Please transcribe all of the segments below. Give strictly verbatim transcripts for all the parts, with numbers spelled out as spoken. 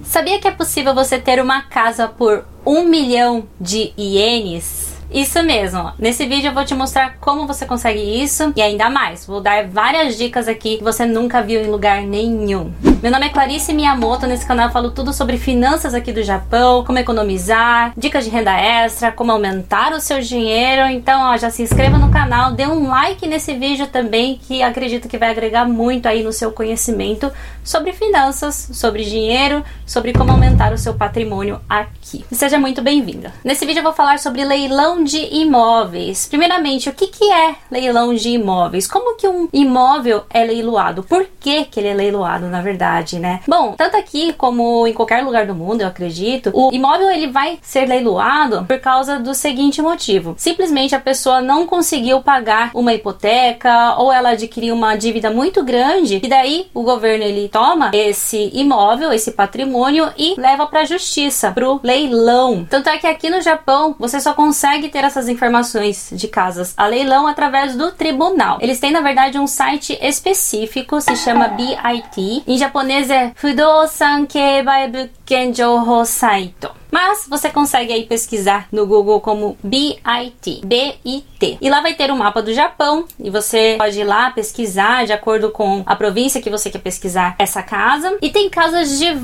Sabia que é possível você ter uma casa por um milhão de ienes? Isso mesmo, nesse vídeo eu vou te mostrar como você consegue isso e ainda mais, vou dar várias dicas aqui que você nunca viu em lugar nenhum. Meu nome é Clarice Miyamoto, nesse canal eu falo tudo sobre finanças aqui do Japão, como economizar, dicas de renda extra, como aumentar o seu dinheiro. Então ó, já se inscreva no canal, dê um like nesse vídeo também, que acredito que vai agregar muito aí no seu conhecimento sobre finanças, sobre dinheiro, sobre como aumentar o seu patrimônio aqui. Seja muito bem-vinda. Nesse vídeo eu vou falar sobre leilão de imóveis. Primeiramente, o que que é leilão de imóveis? Como que um imóvel é leiloado? Por que que ele é leiloado, na verdade, né? Bom, tanto aqui como em qualquer lugar do mundo, eu acredito, o imóvel ele vai ser leiloado por causa do seguinte motivo. Simplesmente a pessoa não conseguiu pagar uma hipoteca ou ela adquiriu uma dívida muito grande e daí o governo ele toma esse imóvel, esse patrimônio e leva para a justiça, para o leilão. Tanto é que aqui no Japão você só consegue ter essas informações de casas a leilão através do tribunal. Eles têm, na verdade, um site específico, se chama B I T. Em japonês é Fudousan Keibai Bukken Jouhou Saito. Mas você consegue aí pesquisar no Google como B I T, B I T. E lá vai ter um mapa do Japão e você pode ir lá pesquisar de acordo com a província que você quer pesquisar essa casa. E tem casas de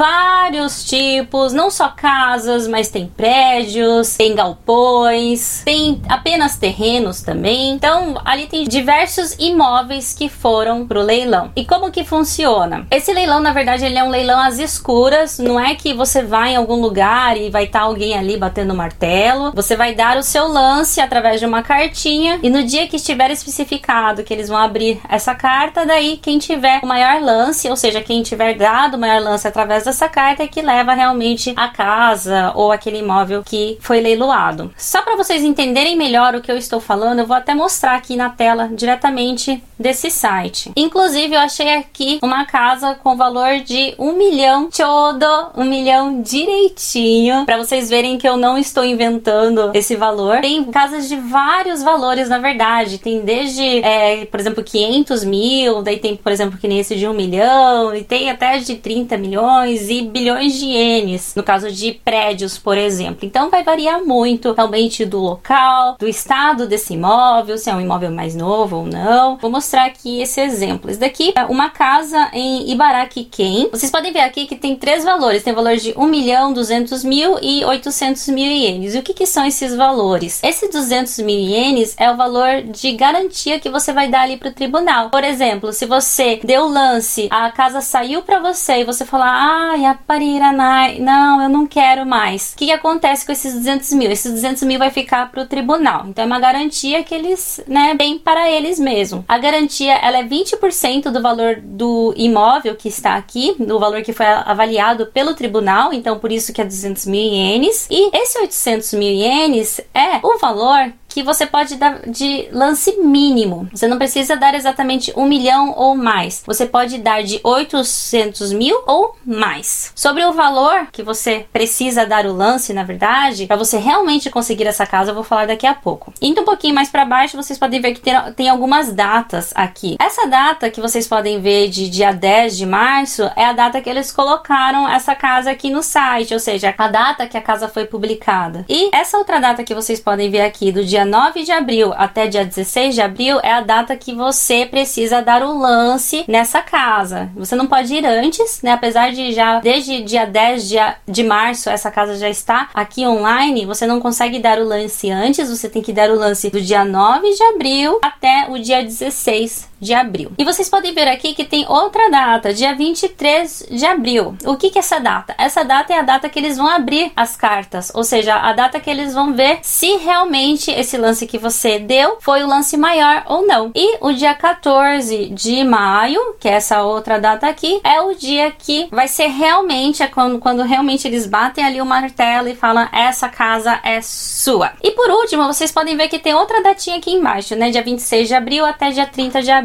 vários tipos, não só casas, mas tem prédios, tem galpões, tem apenas terrenos também. Então ali tem diversos imóveis que foram pro leilão. E como que funciona? Esse leilão, na verdade, ele é um leilão às escuras, não é que você vai em algum lugar e vai estar alguém ali batendo martelo. Você vai dar o seu lance através de uma cartinha e no dia que estiver especificado que eles vão abrir essa carta, daí quem tiver o maior lance, ou seja, quem tiver dado o maior lance através dessa carta é que leva realmente a casa ou aquele imóvel que foi leiloado. Só para vocês entenderem melhor o que eu estou falando, eu vou até mostrar aqui na tela diretamente desse site. Inclusive eu achei aqui uma casa com valor de um milhão, chodo, um milhão direitinho, para vocês verem que eu não estou inventando esse valor. Tem casas de vários valores, na verdade. Tem desde, é, por exemplo, quinhentos mil, daí tem, por exemplo, que nem esse de um milhão, e tem até de trinta milhões e bilhões de ienes, no caso de prédios, por exemplo. Então vai variar muito, realmente, do local, do estado desse imóvel, se é um imóvel mais novo ou não. Vou mostrar aqui esse exemplo. Esse daqui é uma casa em Ibaraki-ken. Vocês podem ver aqui que tem três valores. Tem o valor de um milhão, duzentos mil e oitocentos mil ienes. E o que que são esses valores? Esse duzentos mil ienes é o valor de garantia que você vai dar ali pro tribunal. Por exemplo, se você deu lance, a casa saiu para você e você falar, ai, apariranai, não, eu não quero mais. O que que acontece com esses duzentos mil? Esses duzentos mil vai ficar pro tribunal. Então é uma garantia que eles, né, bem para eles mesmo. A garantia, ela é vinte por cento do valor do imóvel que está aqui, do valor que foi avaliado pelo tribunal, então por isso que é duzentos mil ienes. E esse oitocentos mil ienes é o valor que você pode dar de lance mínimo. Você não precisa dar exatamente um milhão ou mais. Você pode dar de oitocentos mil ou mais. Sobre o valor que você precisa dar o lance, na verdade, para você realmente conseguir essa casa, eu vou falar daqui a pouco. Indo um pouquinho mais para baixo, vocês podem ver que tem, tem algumas datas aqui. Essa data que vocês podem ver de dia dez de março é a data que eles colocaram essa casa aqui no site, ou seja, a data que a casa foi publicada. E essa outra data que vocês podem ver aqui, do dia nove de abril até dia dezesseis de abril, é a data que você precisa dar o lance nessa casa. Você não pode ir antes, né? Apesar de já desde dia dez de março essa casa já está aqui online, você não consegue dar o lance antes, você tem que dar o lance do dia nove de abril até o dia dezesseis de abril. E vocês podem ver aqui que tem outra data, dia vinte e três de abril. O que que é essa data? Essa data é a data que eles vão abrir as cartas, ou seja, a data que eles vão ver se realmente esse lance que você deu foi o lance maior ou não. E o dia quatorze de maio, que é essa outra data aqui, é o dia que vai ser realmente, é quando, quando realmente eles batem ali o martelo e falam, essa casa é sua. E por último, vocês podem ver que tem outra datinha aqui embaixo, né? Dia vinte e seis de abril até dia trinta de abril.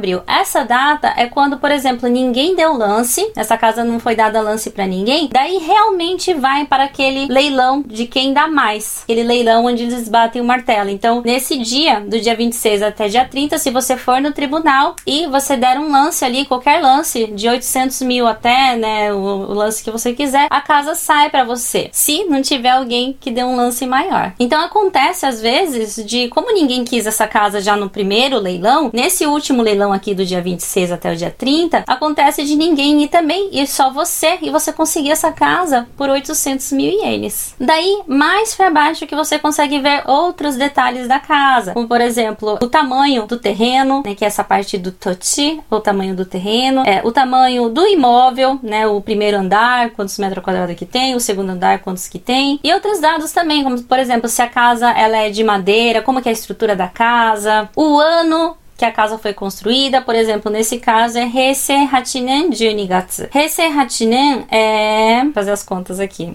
abril. Essa data é quando, por exemplo, ninguém deu lance, essa casa não foi dada lance para ninguém, daí realmente vai para aquele leilão de quem dá mais, aquele leilão onde eles batem o martelo. Então, nesse dia, do dia vinte e seis até dia trinta, se você for no tribunal e você der um lance ali, qualquer lance, de oitocentos mil até, né, o, o lance que você quiser, a casa sai para você, se não tiver alguém que dê um lance maior. Então, acontece às vezes de, como ninguém quis essa casa já no primeiro leilão, nesse último leilão aqui do dia vinte e seis até o dia trinta, acontece de ninguém ir também, e só você, e você conseguir essa casa por oitocentos mil ienes. Daí, mais para baixo que você consegue ver outros detalhes da casa, como por exemplo, o tamanho do terreno, né, que é essa parte do tochi, o tamanho do terreno, é, o tamanho do imóvel, né, o primeiro andar, quantos metros quadrados que tem, o segundo andar, quantos que tem, e outros dados também, como por exemplo, se a casa ela é de madeira, como que é a estrutura da casa, o ano que a casa foi construída, por exemplo, nesse caso é Heisei Hachinen Junigatsu. Heisei Hachinen é... fazer as contas aqui.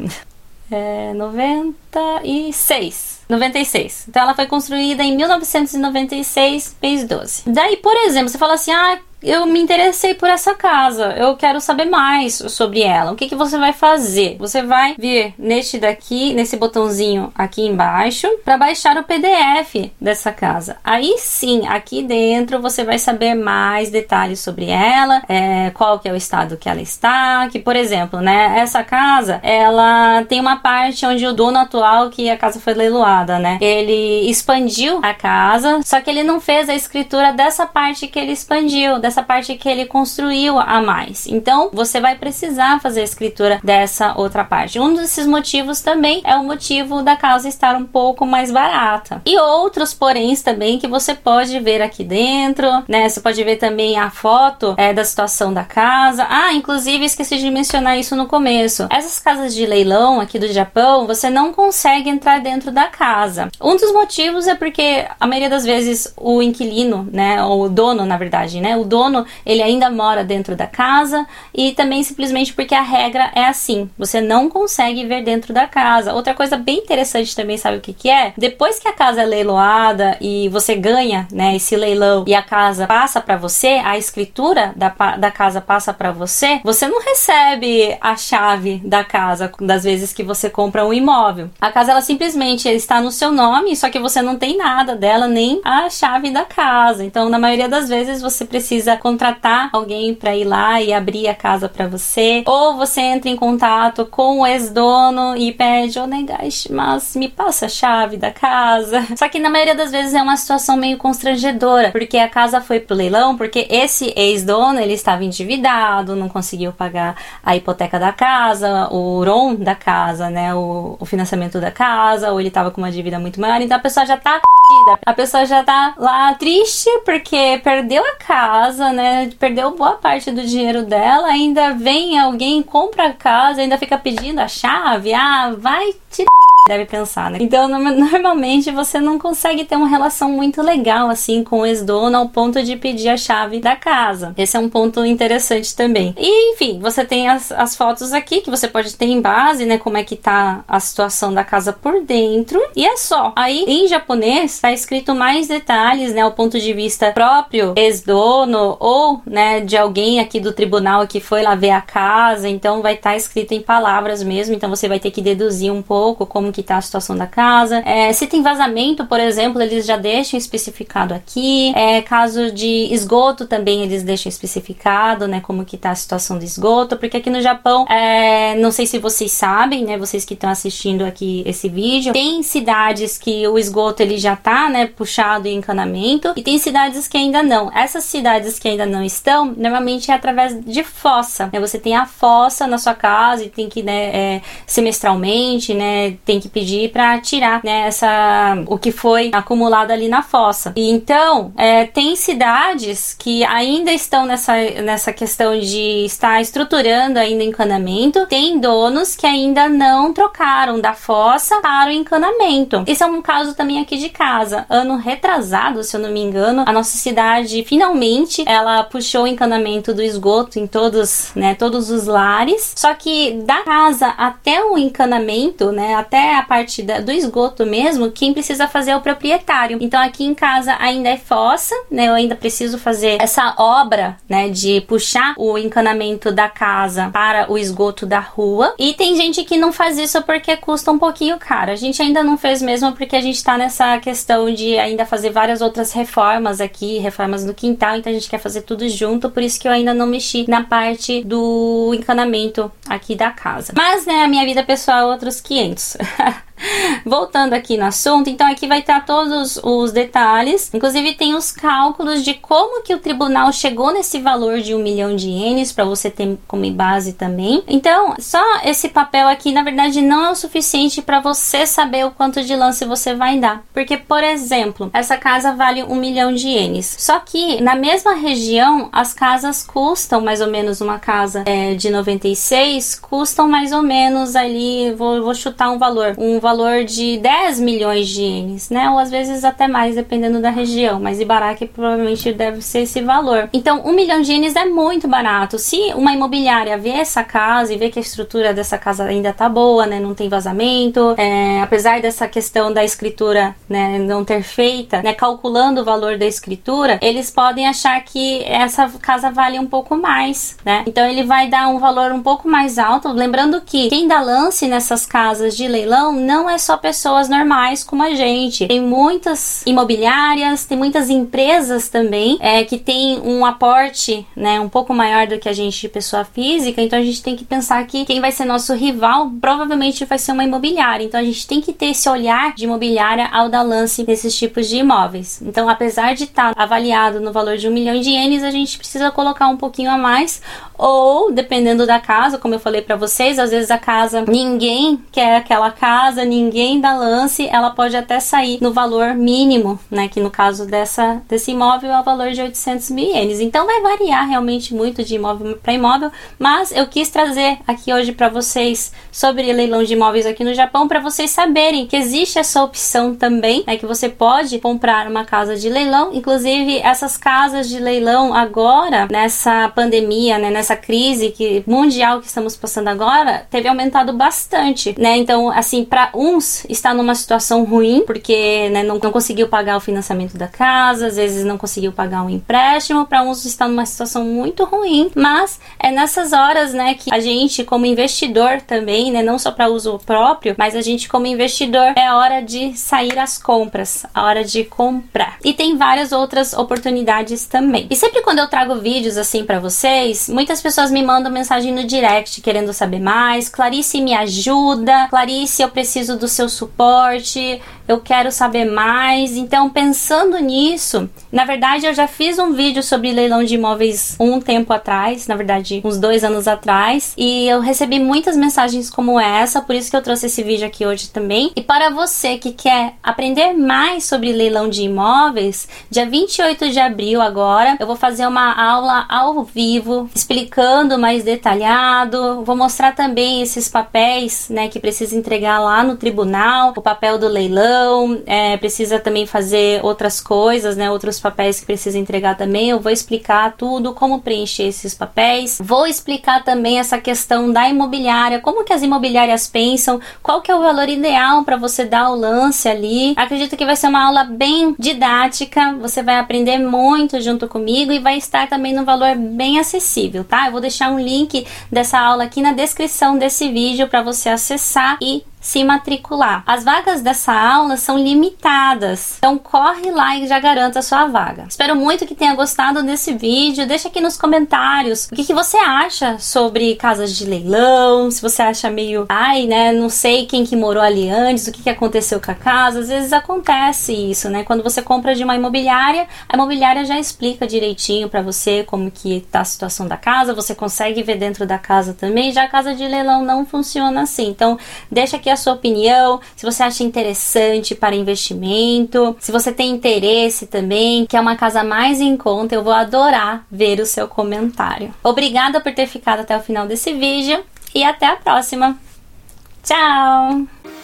É noventa e seis. noventa e seis. Então ela foi construída em mil novecentos e noventa e seis, mês doze. Daí, por exemplo, você fala assim, ah, eu me interessei por essa casa, eu quero saber mais sobre ela. O que que você vai fazer? Você vai vir neste daqui, nesse botãozinho aqui embaixo, para baixar o P D F dessa casa. Aí sim, aqui dentro você vai saber mais detalhes sobre ela, é, qual que é o estado que ela está, que por exemplo, né, essa casa, ela tem uma parte onde o dono atual, que a casa foi leiloada, né, ele expandiu a casa, só que ele não fez a escritura dessa parte que ele expandiu, dessa parte que ele construiu a mais. Então, você vai precisar fazer a escritura dessa outra parte. Um desses motivos também é o motivo da casa estar um pouco mais barata. E outros poréns também que você pode ver aqui dentro, né? Você pode ver também a foto é, da situação da casa. Ah, inclusive, esqueci de mencionar isso no começo. Essas casas de leilão aqui do Japão, você não consegue entrar dentro da casa. Um dos motivos é porque a maioria das vezes o inquilino, né? Ou o dono, na verdade, né? O dono ele ainda mora dentro da casa, e também simplesmente porque a regra é assim, você não consegue ver dentro da casa. Outra coisa bem interessante também, sabe o que que é? Depois que a casa é leiloada e você ganha, né, esse leilão, e a casa passa para você, a escritura da, da casa passa para você, você não recebe a chave da casa das vezes que você compra um imóvel. A casa ela simplesmente está no seu nome, só que você não tem nada dela, nem a chave da casa. Então, na maioria das vezes você precisa contratar alguém para ir lá e abrir a casa para você, ou você entra em contato com o ex-dono e pede, mas me passa a chave da casa. Só que na maioria das vezes é uma situação meio constrangedora, porque a casa foi pro leilão, porque esse ex-dono ele estava endividado, não conseguiu pagar a hipoteca da casa, o R O N da casa, né, o, o financiamento da casa, ou ele estava com uma dívida muito maior, então a pessoa já tá a pessoa já tá lá triste porque perdeu a casa, né? Perdeu boa parte do dinheiro dela. Ainda vem alguém, compra a casa, ainda fica pedindo a chave. Ah, vai tirar. Deve pensar, né? Então, normalmente você não consegue ter uma relação muito legal assim com o ex-dono ao ponto de pedir a chave da casa. Esse é um ponto interessante também. E, enfim, você tem as, as fotos aqui que você pode ter em base, né? Como é que tá a situação da casa por dentro. E é só. Aí, em japonês, tá escrito mais detalhes, né? Ao ponto de vista próprio ex-dono ou, né, de alguém aqui do tribunal que foi lá ver a casa. Então, vai estar tá escrito em palavras mesmo. Então, você vai ter que deduzir um pouco como que tá a situação da casa. É, se tem vazamento, por exemplo, eles já deixam especificado aqui. É, caso de esgoto também eles deixam especificado, né, como que tá a situação do esgoto, porque aqui no Japão, é, não sei se vocês sabem, né, vocês que estão assistindo aqui esse vídeo, tem cidades que o esgoto ele já tá, né, puxado em encanamento, e tem cidades que ainda não. Essas cidades que ainda não estão, normalmente é através de fossa, né, você tem a fossa na sua casa e tem que, né, é, semestralmente, né, tem que pedir para tirar, né, essa, o que foi acumulado ali na fossa. E então, é, tem cidades que ainda estão nessa, nessa questão de estar estruturando ainda encanamento, tem donos que ainda não trocaram da fossa para o encanamento. Esse é um caso também aqui de casa. Ano retrasado, se eu não me engano, a nossa cidade finalmente ela puxou o encanamento do esgoto em todos, né, todos os lares, só que da casa até o encanamento, né, até a parte da, do esgoto mesmo, quem precisa fazer é o proprietário. Então aqui em casa ainda é fossa, né? Eu ainda preciso fazer essa obra, né, de puxar o encanamento da casa para o esgoto da rua. E tem gente que não faz isso porque custa um pouquinho caro. A gente ainda não fez mesmo porque a gente tá nessa questão de ainda fazer várias outras reformas aqui, reformas no quintal, então a gente quer fazer tudo junto, por isso que eu ainda não mexi na parte do encanamento aqui da casa. Mas, né, a minha vida pessoal é outros quinhentos. Voltando aqui no assunto, então aqui vai estar todos os detalhes, inclusive tem os cálculos de como que o tribunal chegou nesse valor de um milhão de ienes, para você ter como base também. Então, só esse papel aqui, na verdade, não é o suficiente para você saber o quanto de lance você vai dar, porque, por exemplo, essa casa vale um milhão de ienes, só que na mesma região, as casas custam mais ou menos, uma casa é, de noventa e seis, custam mais ou menos ali, vou, vou chutar um valor, um valor de dez milhões de ienes, né? Ou às vezes até mais, dependendo da região. Mas Ibaraki provavelmente deve ser esse valor. Então, um milhão de ienes é muito barato. Se uma imobiliária vê essa casa e vê que a estrutura dessa casa ainda tá boa, né? Não tem vazamento, é, apesar dessa questão da escritura, né, não ter feita, né, calculando o valor da escritura, eles podem achar que essa casa vale um pouco mais, né? Então, ele vai dar um valor um pouco mais alto. Lembrando que quem dá lance nessas casas de leilão não não é só pessoas normais como a gente. Tem muitas imobiliárias, tem muitas empresas também é, que tem um aporte, né, um pouco maior do que a gente de pessoa física. Então a gente tem que pensar que quem vai ser nosso rival provavelmente vai ser uma imobiliária. Então a gente tem que ter esse olhar de imobiliária ao dar lance nesses tipos de imóveis. Então, apesar de estar avaliado no valor de um milhão de ienes, a gente precisa colocar um pouquinho a mais, ou dependendo da casa, como eu falei pra vocês, às vezes a casa, ninguém quer aquela casa, ninguém dá lance, ela pode até sair no valor mínimo, né, que no caso dessa, desse imóvel é o valor de oitocentos mil ienes. Então vai variar realmente muito de imóvel para imóvel, mas eu quis trazer aqui hoje para vocês sobre leilão de imóveis aqui no Japão, para vocês saberem que existe essa opção também, né, que você pode comprar uma casa de leilão. Inclusive essas casas de leilão agora, nessa pandemia, né, nessa crise que, mundial que estamos passando agora, teve aumentado bastante, né? Então, assim, para uns está numa situação ruim, porque, né, não, não conseguiu pagar o financiamento da casa, às vezes não conseguiu pagar um empréstimo, para uns está numa situação muito ruim, mas é nessas horas, né, que a gente como investidor também, né, não só para uso próprio, mas a gente como investidor, é a hora de sair às compras, a hora de comprar. E tem várias outras oportunidades também. E sempre quando eu trago vídeos assim para vocês, muitas pessoas me mandam mensagem no direct querendo saber mais. Clarice, me ajuda. Clarice, eu preciso do seu suporte, eu quero saber mais. Então, pensando nisso, na verdade eu já fiz um vídeo sobre leilão de imóveis um tempo atrás, na verdade uns dois anos atrás, e eu recebi muitas mensagens como essa, por isso que eu trouxe esse vídeo aqui hoje também. E para você que quer aprender mais sobre leilão de imóveis, dia vinte e oito de abril agora, eu vou fazer uma aula ao vivo, explicando mais detalhado, vou mostrar também esses papéis, né, que precisa entregar lá no tribunal, o papel do leilão, é, precisa também fazer outras coisas, né, outros papéis que precisa entregar também. Eu vou explicar tudo, como preencher esses papéis, vou explicar também essa questão da imobiliária, como que as imobiliárias pensam, qual que é o valor ideal para você dar o lance ali. Acredito que vai ser uma aula bem didática, você vai aprender muito junto comigo e vai estar também no valor bem acessível, tá? Eu vou deixar um link dessa aula aqui na descrição desse vídeo para você acessar e se matricular. As vagas dessa aula são limitadas, então corre lá e já garanta a sua vaga. Espero muito que tenha gostado desse vídeo. Deixa aqui nos comentários o que, que você acha sobre casas de leilão, se você acha meio, ai, né, não sei quem que morou ali antes, o que, que aconteceu com a casa. Às vezes acontece isso, né, quando você compra de uma imobiliária, a imobiliária já explica direitinho pra você como que tá a situação da casa, você consegue ver dentro da casa também. Já a casa de leilão não funciona assim, então deixa aqui a sua opinião, se você acha interessante para investimento, se você tem interesse também, que é uma casa mais em conta, eu vou adorar ver o seu comentário. Obrigada por ter ficado até o final desse vídeo e até a próxima. Tchau!